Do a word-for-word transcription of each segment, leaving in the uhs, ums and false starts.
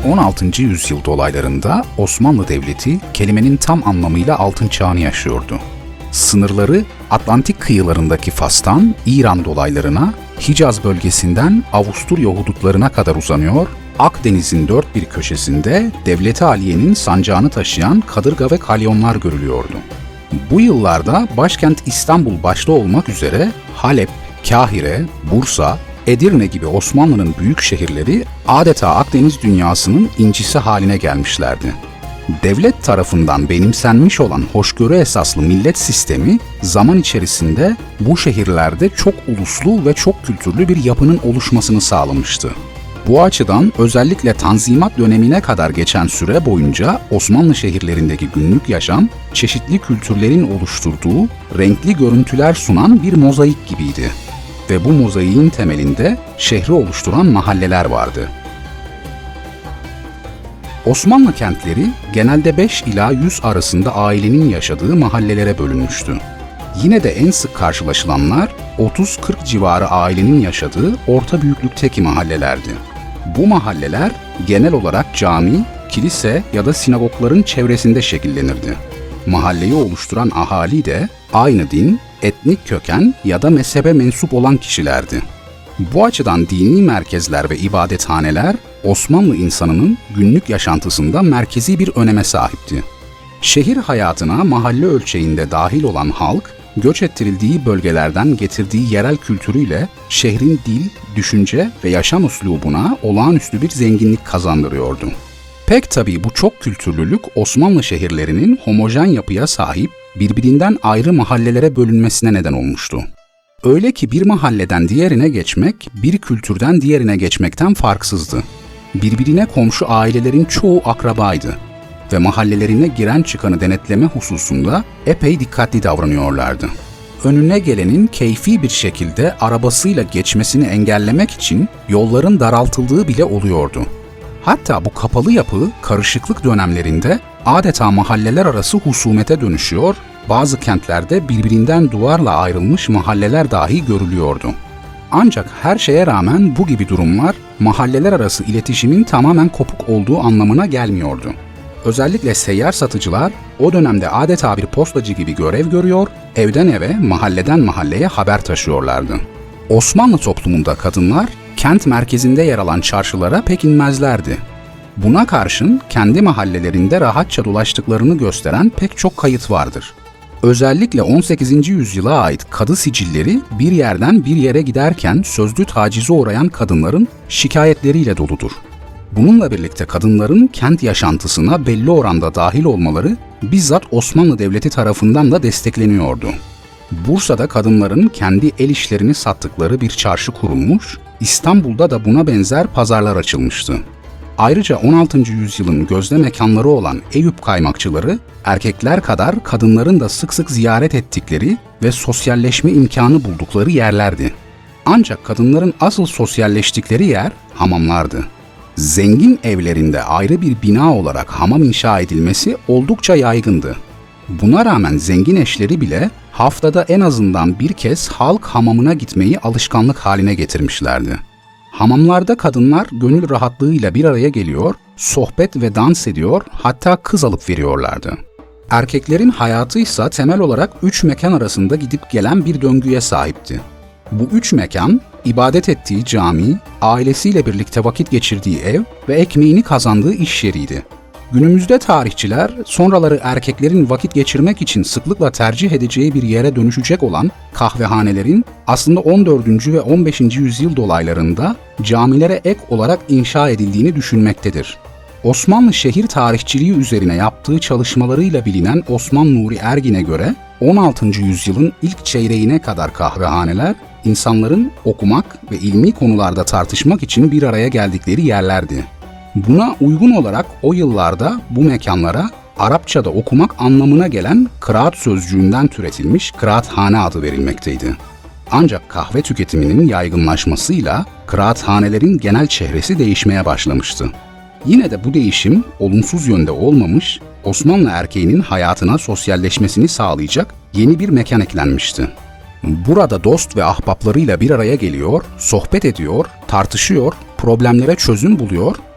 on altıncı yüzyıl dolaylarında Osmanlı Devleti kelimenin tam anlamıyla altın çağını yaşıyordu. Sınırları Atlantik kıyılarındaki Fas'tan İran dolaylarına, Hicaz bölgesinden Avusturya hudutlarına kadar uzanıyor, Akdeniz'in dört bir köşesinde Devlet-i Aliye'nin sancağını taşıyan kadırga ve kalyonlar görülüyordu. Bu yıllarda başkent İstanbul başta olmak üzere Halep, Kahire, Bursa, Edirne gibi Osmanlı'nın büyük şehirleri adeta Akdeniz dünyasının incisi haline gelmişlerdi. Devlet tarafından benimsenmiş olan hoşgörü esaslı millet sistemi zaman içerisinde bu şehirlerde çok uluslu ve çok kültürlü bir yapının oluşmasını sağlamıştı. Bu açıdan özellikle Tanzimat dönemine kadar geçen süre boyunca Osmanlı şehirlerindeki günlük yaşam, çeşitli kültürlerin oluşturduğu renkli görüntüler sunan bir mozaik gibiydi. Ve bu mozaiğin temelinde şehri oluşturan mahalleler vardı. Osmanlı kentleri genelde beş ila yüz arasında ailenin yaşadığı mahallelere bölünmüştü. Yine de en sık karşılaşılanlar otuz kırk civarı ailenin yaşadığı orta büyüklükteki mahallelerdi. Bu mahalleler genel olarak cami, kilise ya da sinagogların çevresinde şekillenirdi. Mahalleyi oluşturan ahali de aynı din, etnik köken ya da mezhebe mensup olan kişilerdi. Bu açıdan dini merkezler ve ibadethaneler Osmanlı insanının günlük yaşantısında merkezi bir öneme sahipti. Şehir hayatına mahalle ölçeğinde dahil olan halk, göç ettirildiği bölgelerden getirdiği yerel kültürüyle şehrin dil, düşünce ve yaşam üslubuna olağanüstü bir zenginlik kazandırıyordu. Pek tabii bu çok kültürlülük Osmanlı şehirlerinin homojen yapıya sahip, birbirinden ayrı mahallelere bölünmesine neden olmuştu. Öyle ki bir mahalleden diğerine geçmek, bir kültürden diğerine geçmekten farksızdı. Birbirine komşu ailelerin çoğu akrabaydı ve mahallelerine giren çıkanı denetleme hususunda epey dikkatli davranıyorlardı. Önüne gelenin keyfi bir şekilde arabasıyla geçmesini engellemek için yolların daraltıldığı bile oluyordu. Hatta bu kapalı yapı karışıklık dönemlerinde adeta mahalleler arası husumete dönüşüyor, bazı kentlerde birbirinden duvarla ayrılmış mahalleler dahi görülüyordu. Ancak her şeye rağmen bu gibi durumlar mahalleler arası iletişimin tamamen kopuk olduğu anlamına gelmiyordu. Özellikle seyyar satıcılar o dönemde adeta bir postacı gibi görev görüyor, evden eve, mahalleden mahalleye haber taşıyorlardı. Osmanlı toplumunda kadınlar kent merkezinde yer alan çarşılara pek inmezlerdi. Buna karşın kendi mahallelerinde rahatça dolaştıklarını gösteren pek çok kayıt vardır. Özellikle on sekizinci yüzyıla ait kadı sicilleri bir yerden bir yere giderken sözlü tacize uğrayan kadınların şikayetleriyle doludur. Bununla birlikte kadınların kent yaşantısına belli oranda dahil olmaları bizzat Osmanlı Devleti tarafından da destekleniyordu. Bursa'da kadınların kendi el işlerini sattıkları bir çarşı kurulmuş, İstanbul'da da buna benzer pazarlar açılmıştı. Ayrıca on altıncı yüzyılın gözde mekanları olan Eyüp kaymakçıları, erkekler kadar kadınların da sık sık ziyaret ettikleri ve sosyalleşme imkanı buldukları yerlerdi. Ancak kadınların asıl sosyalleştikleri yer hamamlardı. Zengin evlerinde ayrı bir bina olarak hamam inşa edilmesi oldukça yaygındı. Buna rağmen zengin eşleri bile haftada en azından bir kez halk hamamına gitmeyi alışkanlık haline getirmişlerdi. Hamamlarda kadınlar gönül rahatlığıyla bir araya geliyor, sohbet ve dans ediyor, hatta kız alıp veriyorlardı. Erkeklerin hayatı ise temel olarak üç mekan arasında gidip gelen bir döngüye sahipti. Bu üç mekan, ibadet ettiği cami, ailesiyle birlikte vakit geçirdiği ev ve ekmeğini kazandığı iş yeriydi. Günümüzde tarihçiler, sonraları erkeklerin vakit geçirmek için sıklıkla tercih edeceği bir yere dönüşecek olan kahvehanelerin aslında on dördüncü ve on beşinci yüzyıl dolaylarında camilere ek olarak inşa edildiğini düşünmektedir. Osmanlı şehir tarihçiliği üzerine yaptığı çalışmalarıyla bilinen Osman Nuri Ergin'e göre on altıncı yüzyılın ilk çeyreğine kadar kahvehaneler, insanların okumak ve ilmi konularda tartışmak için bir araya geldikleri yerlerdi. Buna uygun olarak o yıllarda bu mekanlara Arapçada okumak anlamına gelen kıraat sözcüğünden türetilmiş kıraathane adı verilmekteydi. Ancak kahve tüketiminin yaygınlaşmasıyla kıraathanelerin genel çehresi değişmeye başlamıştı. Yine de bu değişim olumsuz yönde olmamış, Osmanlı erkeğinin hayatına sosyalleşmesini sağlayacak yeni bir mekan eklenmişti. Burada dost ve ahbaplarıyla bir araya geliyor, sohbet ediyor, tartışıyor, problemlere çözüm buluyor,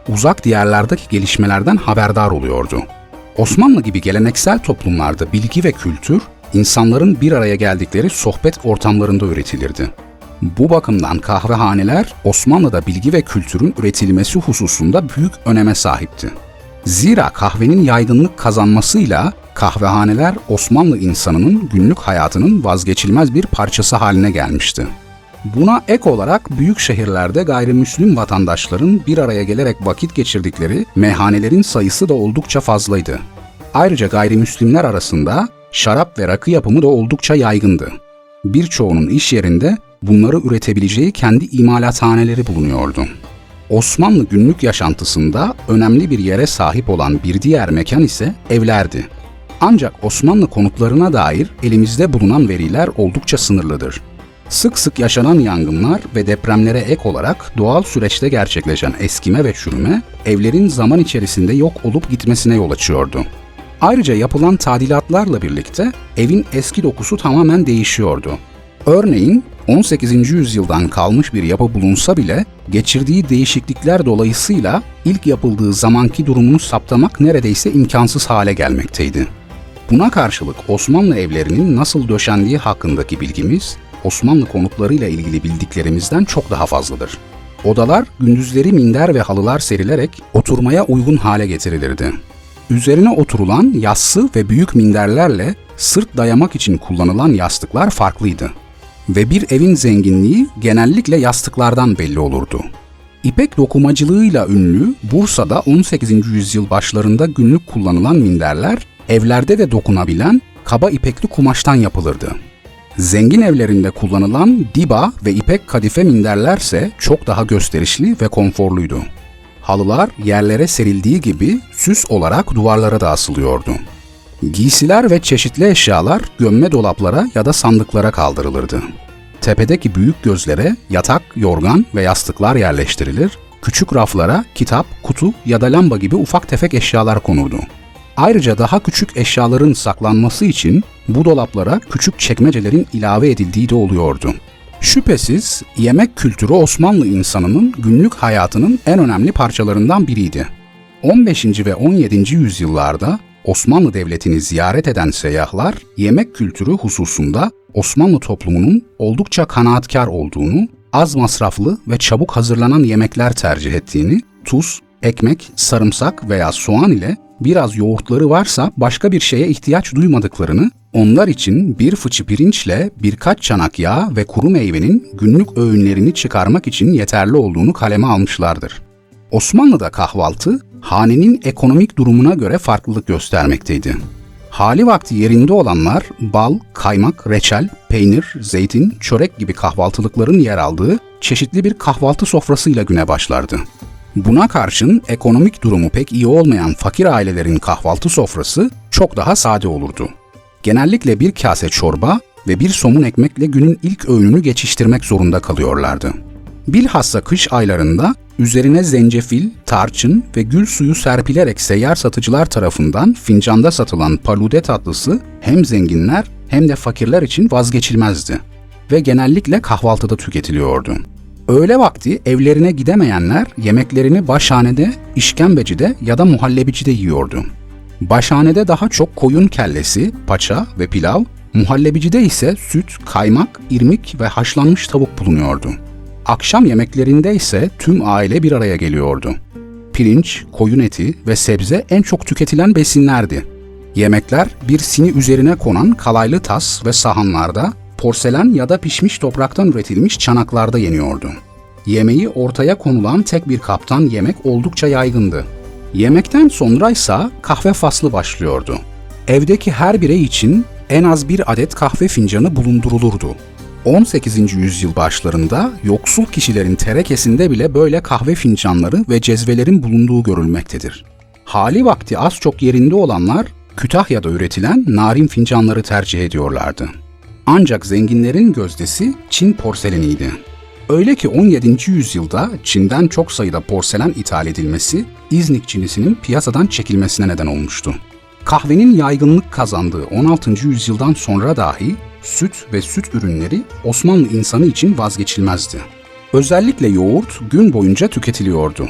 uzak diyarlardaki gelişmelerden haberdar oluyordu. Osmanlı gibi geleneksel toplumlarda bilgi ve kültür, insanların bir araya geldikleri sohbet ortamlarında üretilirdi. Bu bakımdan kahvehaneler Osmanlı'da bilgi ve kültürün üretilmesi hususunda büyük öneme sahipti. Zira kahvenin yaygınlık kazanmasıyla kahvehaneler Osmanlı insanının günlük hayatının vazgeçilmez bir parçası haline gelmişti. Buna ek olarak büyük şehirlerde gayrimüslim vatandaşların bir araya gelerek vakit geçirdikleri meyhanelerin sayısı da oldukça fazlaydı. Ayrıca gayrimüslimler arasında şarap ve rakı yapımı da oldukça yaygındı. Birçoğunun iş yerinde bunları üretebileceği kendi imalathaneleri bulunuyordu. Osmanlı günlük yaşantısında önemli bir yere sahip olan bir diğer mekan ise evlerdi. Ancak Osmanlı konutlarına dair elimizde bulunan veriler oldukça sınırlıdır. Sık sık yaşanan yangınlar ve depremlere ek olarak doğal süreçte gerçekleşen eskime ve çürüme, evlerin zaman içerisinde yok olup gitmesine yol açıyordu. Ayrıca yapılan tadilatlarla birlikte evin eski dokusu tamamen değişiyordu. Örneğin on sekizinci yüzyıldan kalmış bir yapı bulunsa bile geçirdiği değişiklikler dolayısıyla ilk yapıldığı zamanki durumunu saptamak neredeyse imkansız hale gelmekteydi. Buna karşılık Osmanlı evlerinin nasıl döşendiği hakkındaki bilgimiz, Osmanlı konutlarıyla ilgili bildiklerimizden çok daha fazladır. Odalar gündüzleri minder ve halılar serilerek oturmaya uygun hale getirilirdi. Üzerine oturulan yassı ve büyük minderlerle sırt dayamak için kullanılan yastıklar farklıydı. Ve bir evin zenginliği genellikle yastıklardan belli olurdu. İpek dokumacılığıyla ünlü Bursa'da on sekizinci yüzyıl başlarında günlük kullanılan minderler, evlerde de dokunabilen kaba ipekli kumaştan yapılırdı. Zengin evlerinde kullanılan diba ve ipek kadife minderlerse çok daha gösterişli ve konforluydu. Halılar yerlere serildiği gibi süs olarak duvarlara da asılıyordu. Giysiler ve çeşitli eşyalar gömme dolaplara ya da sandıklara kaldırılırdı. Tepedeki büyük gözlere yatak, yorgan ve yastıklar yerleştirilir, küçük raflara kitap, kutu ya da lamba gibi ufak tefek eşyalar konurdu. Ayrıca daha küçük eşyaların saklanması için bu dolaplara küçük çekmecelerin ilave edildiği de oluyordu. Şüphesiz yemek kültürü Osmanlı insanının günlük hayatının en önemli parçalarından biriydi. on beşinci ve on yedinci yüzyıllarda Osmanlı Devleti'ni ziyaret eden seyyahlar yemek kültürü hususunda Osmanlı toplumunun oldukça kanaatkar olduğunu, az masraflı ve çabuk hazırlanan yemekler tercih ettiğini, tuz, ekmek, sarımsak veya soğan ile biraz yoğurtları varsa başka bir şeye ihtiyaç duymadıklarını, onlar için bir fıçı pirinçle birkaç çanak yağ ve kuru meyvenin günlük öğünlerini çıkarmak için yeterli olduğunu kaleme almışlardır. Osmanlı'da kahvaltı, hanenin ekonomik durumuna göre farklılık göstermekteydi. Hali vakti yerinde olanlar bal, kaymak, reçel, peynir, zeytin, çörek gibi kahvaltılıkların yer aldığı çeşitli bir kahvaltı sofrasıyla güne başlardı. Buna karşın ekonomik durumu pek iyi olmayan fakir ailelerin kahvaltı sofrası çok daha sade olurdu. Genellikle bir kase çorba ve bir somun ekmekle günün ilk öğününü geçiştirmek zorunda kalıyorlardı. Bilhassa kış aylarında üzerine zencefil, tarçın ve gül suyu serpilerek seyyar satıcılar tarafından fincanda satılan palude tatlısı hem zenginler hem de fakirler için vazgeçilmezdi ve genellikle kahvaltıda tüketiliyordu. Öğle vakti evlerine gidemeyenler yemeklerini başhanede, işkembecide ya da muhallebicide yiyordu. Başhanede daha çok koyun kellesi, paça ve pilav, muhallebicide ise süt, kaymak, irmik ve haşlanmış tavuk bulunuyordu. Akşam yemeklerinde ise tüm aile bir araya geliyordu. Pirinç, koyun eti ve sebze en çok tüketilen besinlerdi. Yemekler bir sini üzerine konan kalaylı tas ve sahanlarda, porselen ya da pişmiş topraktan üretilmiş çanaklarda yeniyordu. Yemeği ortaya konulan tek bir kaptan yemek oldukça yaygındı. Yemekten sonraysa kahve faslı başlıyordu. Evdeki her birey için en az bir adet kahve fincanı bulundurulurdu. on sekizinci yüzyıl başlarında yoksul kişilerin terekesinde bile böyle kahve fincanları ve cezvelerin bulunduğu görülmektedir. Hali vakti az çok yerinde olanlar Kütahya'da üretilen narin fincanları tercih ediyorlardı. Ancak zenginlerin gözdesi Çin porseleniydi. Öyle ki on yedinci yüzyılda Çin'den çok sayıda porselen ithal edilmesi İznik Çinisi'nin piyasadan çekilmesine neden olmuştu. Kahvenin yaygınlık kazandığı on altıncı yüzyıldan sonra dahi süt ve süt ürünleri Osmanlı insanı için vazgeçilmezdi. Özellikle yoğurt gün boyunca tüketiliyordu.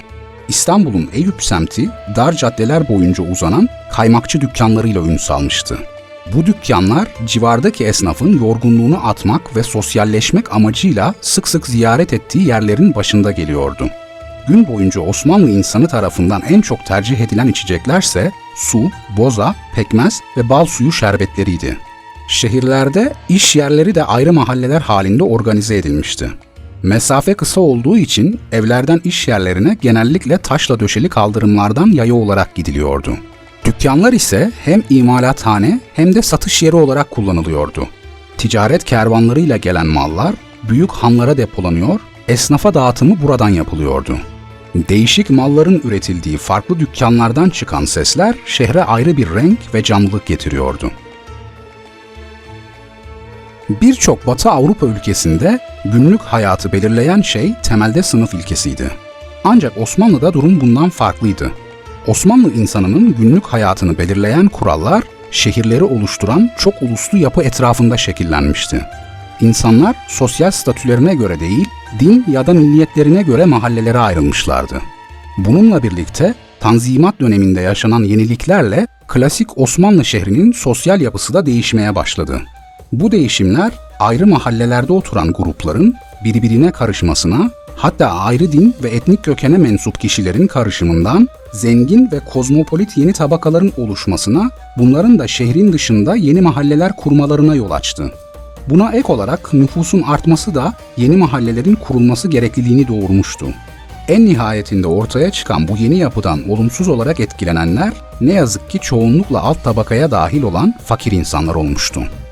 İstanbul'un Eyüp semti dar caddeler boyunca uzanan kaymakçı dükkanlarıyla ün salmıştı. Bu dükkanlar civardaki esnafın yorgunluğunu atmak ve sosyalleşmek amacıyla sık sık ziyaret ettiği yerlerin başında geliyordu. Gün boyunca Osmanlı insanı tarafından en çok tercih edilen içeceklerse su, boza, pekmez ve bal suyu şerbetleriydi. Şehirlerde iş yerleri de ayrı mahalleler halinde organize edilmişti. Mesafe kısa olduğu için evlerden iş yerlerine genellikle taşla döşeli kaldırımlardan yaya olarak gidiliyordu. Dükkanlar ise hem imalathane hem de satış yeri olarak kullanılıyordu. Ticaret kervanlarıyla gelen mallar büyük hanlara depolanıyor, esnafa dağıtımı buradan yapılıyordu. Değişik malların üretildiği farklı dükkanlardan çıkan sesler şehre ayrı bir renk ve canlılık getiriyordu. Birçok Batı Avrupa ülkesinde günlük hayatı belirleyen şey temelde sınıf ilkesiydi. Ancak Osmanlı'da durum bundan farklıydı. Osmanlı insanının günlük hayatını belirleyen kurallar, şehirleri oluşturan çok uluslu yapı etrafında şekillenmişti. İnsanlar sosyal statülerine göre değil, din ya da milliyetlerine göre mahallelere ayrılmışlardı. Bununla birlikte Tanzimat döneminde yaşanan yeniliklerle klasik Osmanlı şehrinin sosyal yapısı da değişmeye başladı. Bu değişimler ayrı mahallelerde oturan grupların birbirine karışmasına, hatta ayrı din ve etnik kökene mensup kişilerin karışımından zengin ve kozmopolit yeni tabakaların oluşmasına, bunların da şehrin dışında yeni mahalleler kurmalarına yol açtı. Buna ek olarak nüfusun artması da yeni mahallelerin kurulması gerekliliğini doğurmuştu. En nihayetinde ortaya çıkan bu yeni yapıdan olumsuz olarak etkilenenler ne yazık ki çoğunlukla alt tabakaya dahil olan fakir insanlar olmuştu.